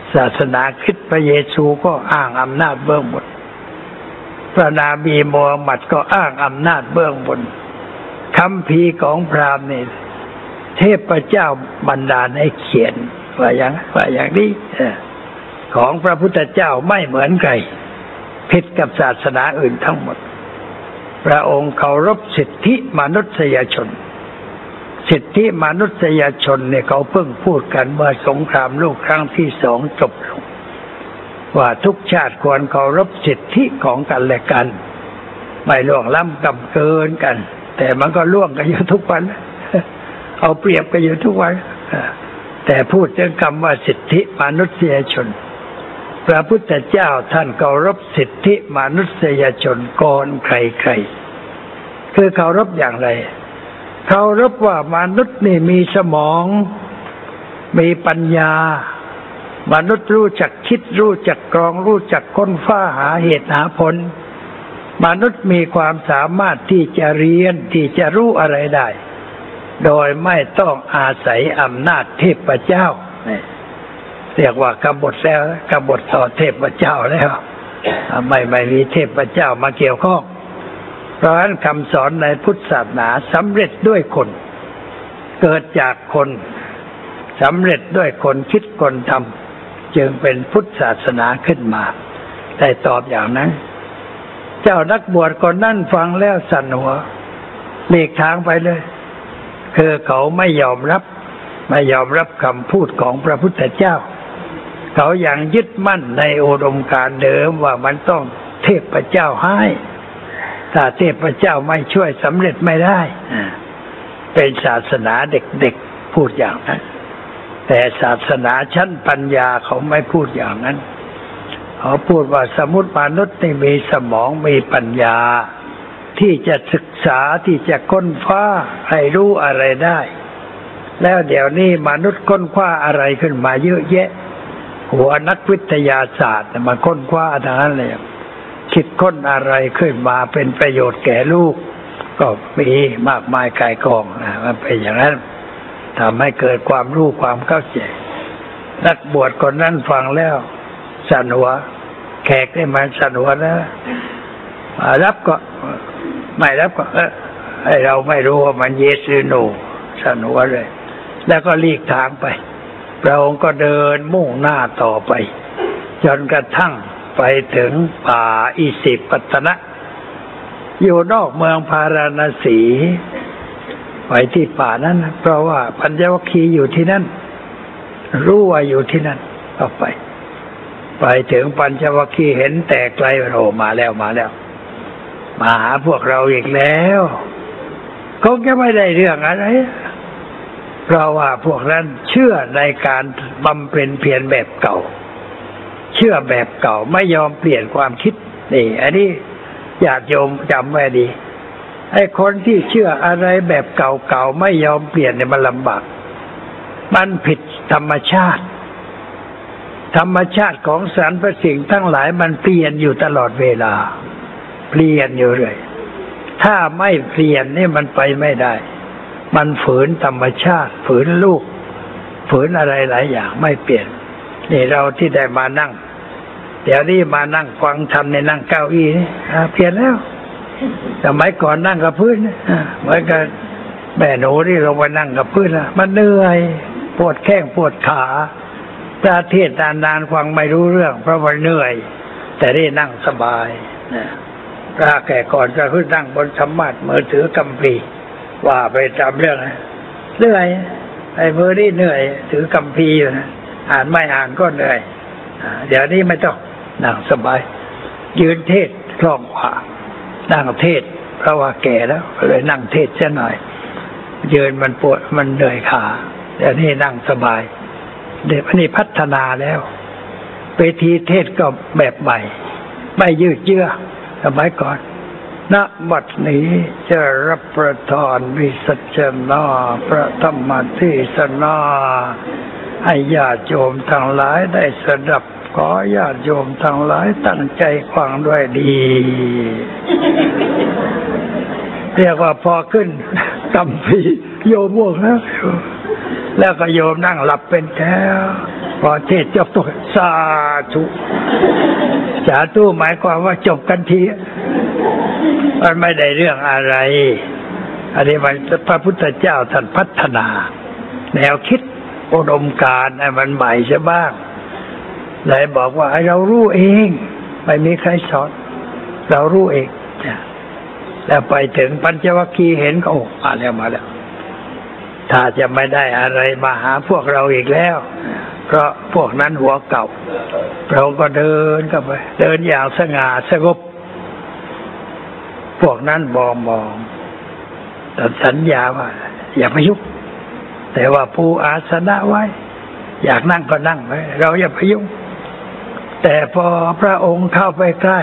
ศาสนาคริสต์พระเยซูก็อ้างอำนาจเบื้องบนพระนบีมูฮัมหมัดก็อ้างอำนาจเบื้องบนคัมภีร์ของพราหมณ์นี่เทพเจ้าบันดาลให้เขียนว่าอย่างนี้ของพระพุทธเจ้าไม่เหมือนใครผิดกับศาสนาอื่นทั้งหมดพระองค์เคารพสิทธิมนุษยชนสิทธิมนุษยชนเนี่ยเขาเพิ่งพูดกันเมื่อสงครามโลกครั้งที่2จบลงว่าทุกชาติควรเคารพสิทธิของกันและกันไม่ล่วงล้ำกำเกินกันแต่มันก็ล่วงกันอยู่ทุกวันเอาเปรียบกันอยู่ทุกวันแต่พูดถึงคำว่าสิทธิมนุษยชนพระพุทธเจ้าท่านเคารพสิทธิมนุษยชนก่อนใครๆคือเคารพอย่างไรเคารพว่ามนุษย์นี่มีสมองมีปัญญามนุษย์รู้จักคิดรู้จักกรองรู้จักค้นคว้าหาเหตุหาผลมนุษย์มีความสามารถที่จะเรียนที่จะรู้อะไรได้โดยไม่ต้องอาศัยอำนาจเทพเจ้าเรียกว่ากบฏแล้วกบฏต่อเทพเจ้าแล้วไม่มีเทพเจ้ามาเกี่ยวข้องเพราะฉะนั้นคำสอนในพุทธศาสนาสำเร็จด้วยคนเกิดจากคนสำเร็จด้วยคนคิดคนทำจึงเป็นพุทธศาสนาขึ้นมาได้ตอบอย่างนั้นเจ้านักบวชคนนั้นฟังแล้วสั่นหัวหลีกทางไปเลยคือเขาไม่ยอมรับคำพูดของพระพุทธเจ้าเขายังยึดมั่นในอุดมการณ์เดิมว่ามันต้องเทพเจ้าให้ถ้าเทพเจ้าไม่ช่วยสำเร็จไม่ได้เป็นศาสนาเด็กๆพูดอย่างนั้นแต่ศาสนาชั้นปัญญาเขาไม่พูดอย่างนั้นเขาพูดว่าสมมุติมนุษย์นี่มีสมองมีปัญญาที่จะศึกษาที่จะค้นคว้าให้รู้อะไรได้แล้วเดี๋ยวนี้มนุษย์ค้นคว้าอะไรขึ้นมาเยอะแยะหัวนักวิทยาศาสตร์มาค้นคว้าทั้งนั้นเลยคิดค้นอะไรขึ้นมาเป็นประโยชน์แก่ลูกก็มีมากมายกายกองมันเป็นอย่างนั้นทำให้เกิดความรู้ความเข้าใจนักบวชคนนั้นฟังแล้วสั่นหัวแขกได้มาสั่นหัวนะรับก็ไม่รับก็ให้เราไม่รู้ว่ามันเยสหรือโนสั่นหัวเลยแล้วก็หลีกทางไปพระองค์ก็เดินมุ่งหน้าต่อไปจนกระทั่งไปถึงป่าอิสิปตนะอยู่นอกเมืองพาราณสีไปที่ป่านั้นเพราะว่าปัญจวัคคีย์อยู่ที่นั่นรู้ว่าอยู่ที่นั่นก็ไปถึงปัญจวัคคีย์เห็นแต่ไกลโผล่มาแล้วมาหาพวกเราอีกแล้วเขาแค่ไม่ได้เรื่องอะไรเพราะว่าพวกนั้นเชื่อในการบำเพ็ญเพียรแบบเก่าเชื่อแบบเก่าไม่ยอมเปลี่ยนความคิดนี่อันนี้ญาติโยมจำไว้ดีไอ้คนที่เชื่ออะไรแบบเก่าๆไม่ยอมเปลี่ยนเนี่ยมันลำบากมันผิดธรรมชาติของสรรพสิ่งทั้งหลายมันเปลี่ยนอยู่ตลอดเวลาเปลี่ยนอยู่เลยถ้าไม่เปลี่ยนนี่มันไปไม่ได้มันฝืนธรรมชาติฝืนลูกฝืนอะไรหลายอย่างไม่เปลี่ยนนี่เราที่ได้มานั่งเดี๋ยวนี้มานั่งฟังธรรมในนั่งเก้าอี้นี่เปลี่ยนแล้วสมัยก่อนนั่งกับพื้นเหมือนกันแม่หนูที่ลงมานั่งกับพื้นมันเหนื่อยปวดแข้งปวดขาประเทศนานๆฟังไม่รู้เรื่องเพราะว่าเหนื่อยแต่ได้นั่งสบายพระแก่ก่อนก็ขึ้นนั่งบนธรรมาสน์มือถือกัมพีว่าไปจำเรื่องเหนื่อยไอ้มือนี่เหนื่อยถือกัมพีอยู่นะอ่านไม่อ่านก็เหนื่อยเดี๋ยวนี้ไม่ต้องนั่งสบายยืนเทศคล่องกว่านั่งเทศเพราะว่าแก่แล้วเลยนั่งเทศซะหน่อยยืนมันปวดมันเหนื่อยขาเดี๋ยวนี้นั่งสบายเดี๋ยวนี้พัฒนาแล้วเวทีเทศก็แบบใหม่ไม่ยืดเยื้อสมัยก่อนณ บัดนี้จะรับประทานวิสัชนาพระธรรมเทศนาให้ญาติโยมทั้งหลายได้สดับขอญาติโยมทั้งหลายตั้งใจฟังด้วยดีเรียกว่าพอขึ้นกัมพีโยมพวกแล้วแล้วก็โยมนั่งหลับเป็นแถวพอเทศจบตัวสาธุสาธุหมายความว่าจบกันทีมันไม่ได้เรื่องอะไรอันนี้มันพระพุทธเจ้าท่านพัฒนาแนวคิดอุดมการณ์ให้มันใหม่ซะบ้างเลยบอกว่าให้เรารู้เองไม่มีใครสอนเรารู้เองแล้วไปถึงปัญจวัคคีย์เห็นก็มาแล้วถ้าจะไม่ได้อะไรมาหาพวกเราอีกแล้วเพราะพวกนั้นหัวเก่าเราก็เดินกันไปเดินอย่างสง่าสงบพวกนั้นมองแต่สัญญาว่าอย่าไปยุ่งแต่ว่าปูอาสนะไว้อยากนั่งก็นั่งไว้เราอย่าไปยุ่งแต่พอพระองค์เข้าไปใกล้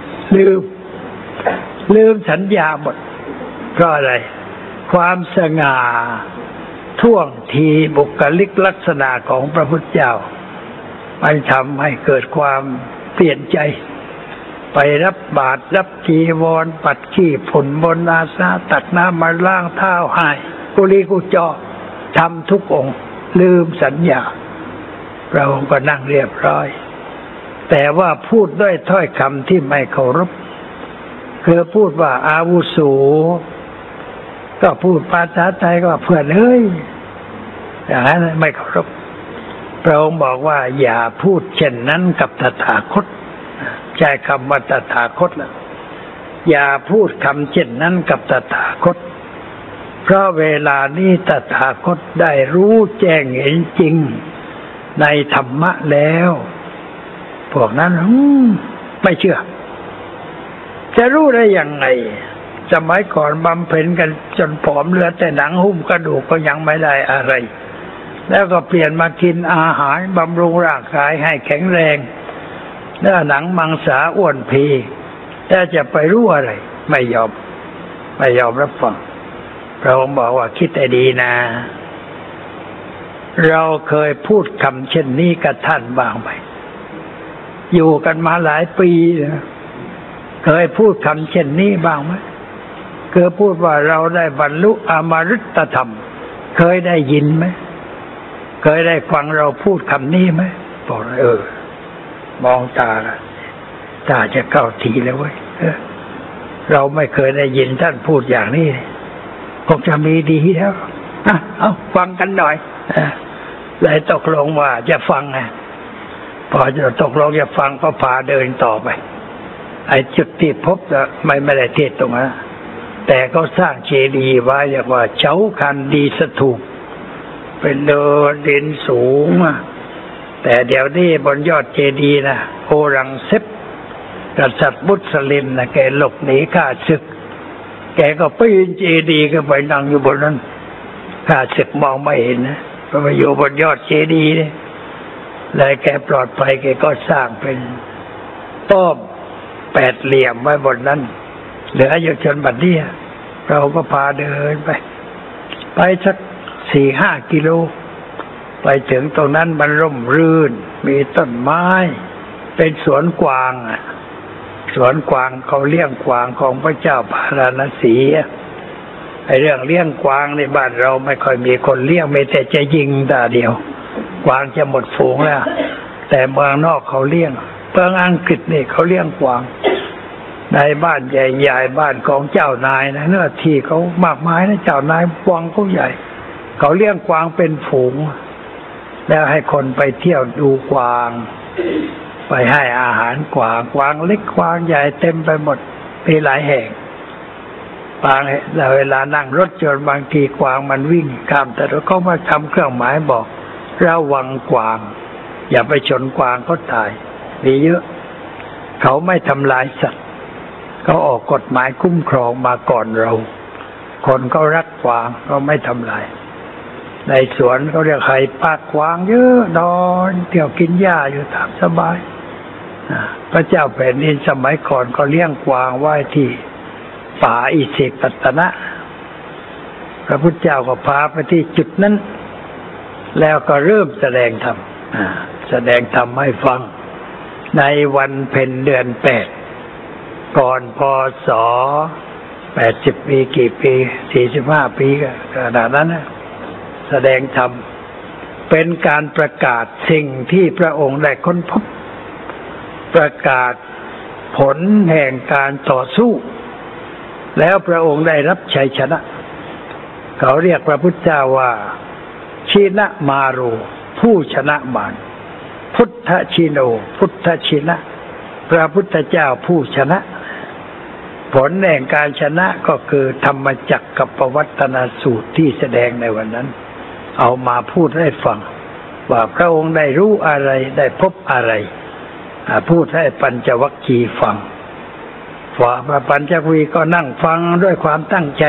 ลืมสัญญาหมดเพราะอะไรความสง่าท่วงทีบุคลิกลักษณะของพระพุทธเจ้ามันทำให้เกิดความเปลี่ยนใจไปรับบาตรรับจีวรปัดขี้ฝุ่นบนอาสนะตักน้ำมาล้างเท้าให้กุลีกุจอทำทุกองค์ลืมสัญญาเราก็นั่งเรียบร้อยแต่ว่าพูดด้วยถ้อยคำที่ไม่เคารพคือพูดว่าอาวุโสก็พูดภาษาไทยก็เพื่อนเอ้ยอย่างนั้นไม่เคารพพระองค์บอกว่าอย่าพูดเช่นนั้นกับตถาคตใช้คำว่าตถาคตนะอย่าพูดคำเช่นนั้นกับตถาคตเพราะเวลานี้ตถาคตได้รู้แจ้งเห็นจริงในธรรมะแล้วพวกนั้นไม่เชื่อจะรู้ได้ยังไงสมัยก่อนบำเพ็ญกันจนผอมเหลือแต่หนังหุ้มกระดูกก็ยังไม่ได้อะไรแล้วก็เปลี่ยนมากินอาหารบำรุงร่างกายให้แข็งแรงเนื้อหนังมังสาอ้วนพีแต่จะไปรู้อะไรไม่ยอมรับฟังพระองค์บอกว่าคิดให้ดีนะเราเคยพูดคำเช่นนี้กับท่านบ้างไหมอยู่กันมาหลายปีนะเคยพูดคำเช่นนี้บ้างไหมเคยพูดว่าเราได้บรรลุอมฤตธรรมเคยได้ยินไหมเคยได้ฟังเราพูดคำนี้ไหมบอกมองตาจะเข้าทีแล้วเว้ยเราไม่เคยได้ยินท่านพูดอย่างนี้คงจะมีดีแล้วเอาฟังกันหน่อยเลยตกลงว่าจะฟังไงพอจะตกลงจะฟังก็พาเดินต่อไปไอ้จุดที่พบจะไม่ได้เทศตรงนั้นแต่ก็สร้างเจดีย์ไว้เรียกว่าเฉาคันดีสถูปเป็นเดินสูงแต่เดี๋ยวนี้บนยอดเจดีย์นะโอรังเซปกษัตริย์มุสลิมนะแกหลบหนีข้าศึกแกก็ปีนเจดีย์ขึ้นไปนั่งอยู่บนนั้นข้าศึกมองไม่เห็นนะเพราะว่าอยู่บนยอดเจดีย์เนี่ยเลยแกปลอดภัยแกก็สร้างเป็นป้อมแปดเหลี่ยมไว้บนนั้นเหลืออยู่จนบัดนี้เราก็พาเดินไปสัก 4-5 กิโลไปถึงตรงนั้นมันร่มรื่นมีต้นไม้เป็นสวนกวางสวนกวางเขาเลี้ยงกวางของพระเจ้าพาราณสีไอ้เรื่องเลี้ยงกวางในบ้านเราไม่ค่อยมีคนเลี้ยงไม่แต่จะยิงตาเดียวกวางจะหมดฝูงแล้วแต่เมืองนอกเขาเลี้ยงเมืองอังกฤษนี่เขาเลี้ยงกวางในบ้านใหญ่ๆบ้านของเจ้านายนะเนื้อที่เขามากมายนะเจ้านายกวางเขาใหญ่เขาเลี้ยงกวางเป็นฝูงแล้วให้คนไปเที่ยวดูกวางไปให้อาหารกวางเล็กกวางใหญ่เต็มไปหมดมีหลายแห่งกวางเวลานั่งรถยนต์บางทีกวางมันวิ่งข้ามแต่เขามาทำเครื่องหมายบอกระวังกวางอย่าไปชนกวางเขาตายมีเยอะเขาไม่ทำลายสัตว์เขาออกกฎหมายคุ้มครองมาก่อนเราคนก็รักกวางก็ไม่ทำลายในสวนเขาเรียกใครปากกวางเยอะนอนเที่ยวกินหญ้าอยู่ตามสบายพระเจ้าแผ่นดินสมัยก่อนก็เลี้ยงกวางไว้ที่ป่าอิสิปตนะพระพุทธเจ้าก็พาไปที่จุดนั้นแล้วก็เริ่มแสดงธรรมให้ฟังในวันเพ็ญเดือน 8ก่อนพศ80 ปีกี่ปี45 ปีขนาดนั้นนะแสดงธรรมเป็นการประกาศสิ่งที่พระองค์ได้ค้นพบประกาศผลแห่งการต่อสู้แล้วพระองค์ได้รับชัยชนะเขาเรียกพระพุทธเจ้าว่าชินะมาโรผู้ชนะมารพุทธชิโนพุทธชินะพระพุทธเจ้าผู้ชนะผลแห่งการชนะก็คือธรรมจักรกับปวัตนสูตรที่แสดงในวันนั้นเอามาพูดให้ฟังว่าพระองค์ได้รู้อะไรได้พบอะไรพูดให้ปัญจวัคคีย์ฟังฝ่าพระปัญจวัคคีย์ก็นั่งฟังด้วยความตั้งใจ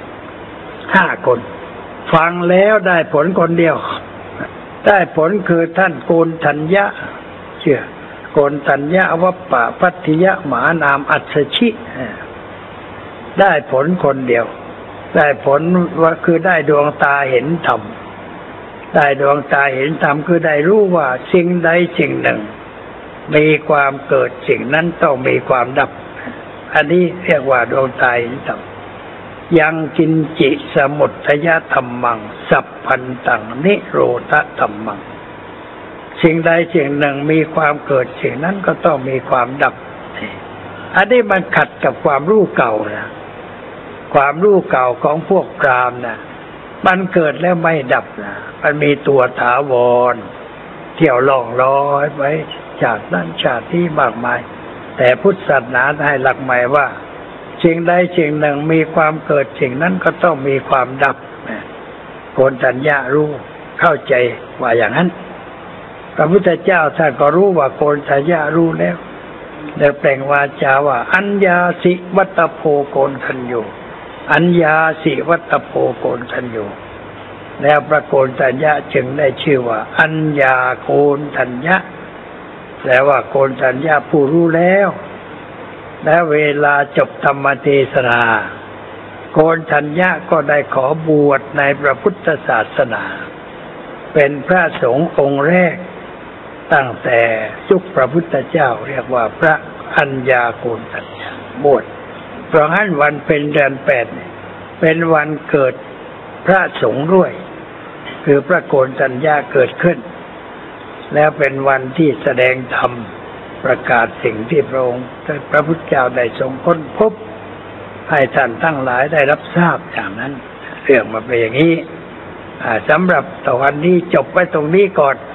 5 คนฟังแล้วได้ผลคนเดียวได้ผลคือท่านโกณทัญญะเชื่อโกณทัญญะวัปปะพัทธิยะมหานามอัสสชิได้ผลคนเดียวได้ผลว่าคือได้ดวงตาเห็นธรรมได้ดวงตาเห็นธรรมคือได้รู้ว่าสิ่งใดสิ่งหนึ่งมีความเกิดสิ่งนั้นต้องมีความดับอันนี้เรียกว่าดวงตาเห็นธรรมยังกินจิสมุทยธรรมังสัพพันตังนิโรธธรรมังสิ่งใดสิ่งหนึ่งมีความเกิดสิ่งนั้นก็ต้องมีความดับอันนี้มันขัดกับความรู้เก่านะความรู้เก่าของพวกพราหมณ์นะมันเกิดแล้วไม่ดับนะมันมีตัวถาวรเที่ยวล่องลอยไปชาตินั้นชาติที่มากมายแต่พุทธศาสนาให้หลักใหม่ว่าสิ่งใดสิ่งหนึ่งมีความเกิดสิ่งนั้นก็ต้องมีความดับโกณทัญญะรู้เข้าใจว่าอย่างนั้นพระพุทธเจ้าท่านก็รู้ว่าโกณทัญญะรู้แล้วแปลงวาจาว่าอัญญาสิวัตโพโกณทัญโยอัญญาสิวัตโพโกณทัญโยแล้วพระโกณทัญญะจึงได้ชื่อว่าอัญญาโกณทัญญะแปลว่าโกณทัญญะผู้รู้แล้วและเวลาจบธรรมเทศนาโกณทัญญะก็ได้ขอบวชในพระพุทธศาสนาเป็นพระสงฆ์องค์แรกตั้งแต่ยุคพระพุทธเจ้าเรียกว่าพระอัญญาโกณทัญญะบวชเพราะฉะนั้นวันเป็นเดือน8เป็นวันเกิดพระสงฆ์ด้วยคือพระโกณทัญญะเกิดขึ้นแล้วเป็นวันที่แสดงธรรมประกาศสิ่งที่พระองค์พระพุทธเจ้าได้ทรงค้นพบให้ท่านทั้งหลายได้รับทราบอย่างนั้นเรื่องมาเป็นอย่างนี้สำหรับตอนนี้จบไว้ตรงนี้ก่อน